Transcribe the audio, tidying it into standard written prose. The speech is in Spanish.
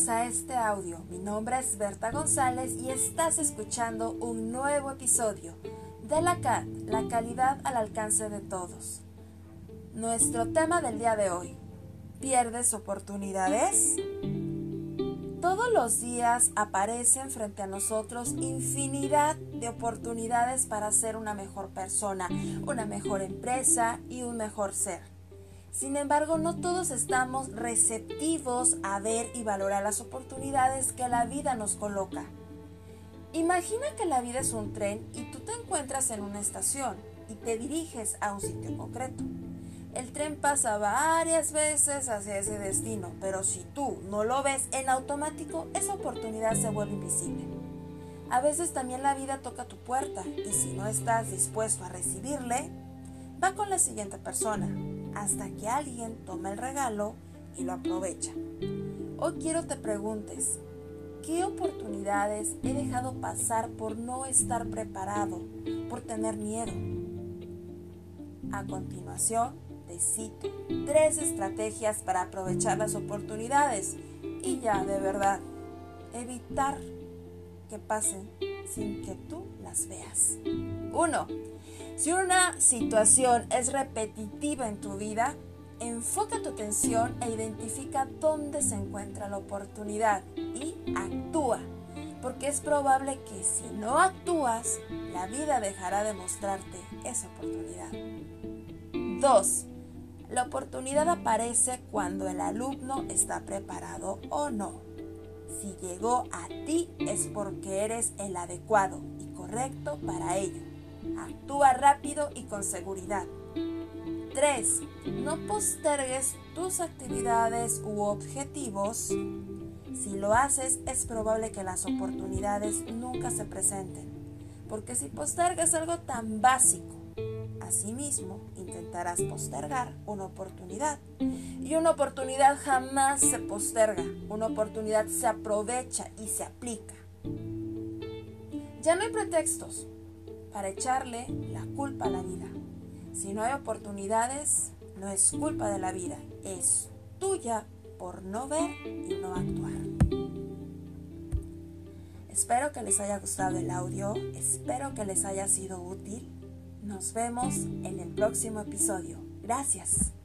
Bienvenidos a este audio. Mi nombre es Berta González y estás escuchando un nuevo episodio de la CAT, la calidad al alcance de todos. Nuestro tema del día de hoy: ¿pierdes oportunidades? Todos los días aparecen frente a nosotros infinidad de oportunidades para ser una mejor persona, una mejor empresa y un mejor ser. Sin embargo, no todos estamos receptivos a ver y valorar las oportunidades que la vida nos coloca. Imagina que la vida es un tren y tú te encuentras en una estación y te diriges a un sitio concreto. El tren pasa varias veces hacia ese destino, pero si tú no lo ves en automático, esa oportunidad se vuelve invisible. A veces también la vida toca tu puerta y si no estás dispuesto a recibirle, va con la siguiente persona, hasta que alguien toma el regalo y lo aprovecha. Hoy quiero te preguntes, ¿qué oportunidades he dejado pasar por no estar preparado, por tener miedo? A continuación, te cito 3 estrategias para aprovechar las oportunidades y ya de verdad evitar que pasen sin que tú las veas. 1. Si una situación es repetitiva en tu vida, enfoca tu atención e identifica dónde se encuentra la oportunidad y actúa, porque es probable que si no actúas, la vida dejará de mostrarte esa oportunidad. 2. La oportunidad aparece cuando el alumno está preparado o no. Si llegó a ti es porque eres el adecuado y correcto para ello. Actúa rápido y con seguridad. 3. No postergues tus actividades u objetivos. Si lo haces, es probable que las oportunidades nunca se presenten, porque si postergas algo tan básico, asimismo, intentarás postergar una oportunidad. Y una oportunidad jamás se posterga, una oportunidad se aprovecha y se aplica. Ya no hay pretextos para echarle la culpa a la vida. Si no hay oportunidades, no es culpa de la vida, es tuya por no ver y no actuar. Espero que les haya gustado el audio, espero que les haya sido útil. Nos vemos en el próximo episodio. Gracias.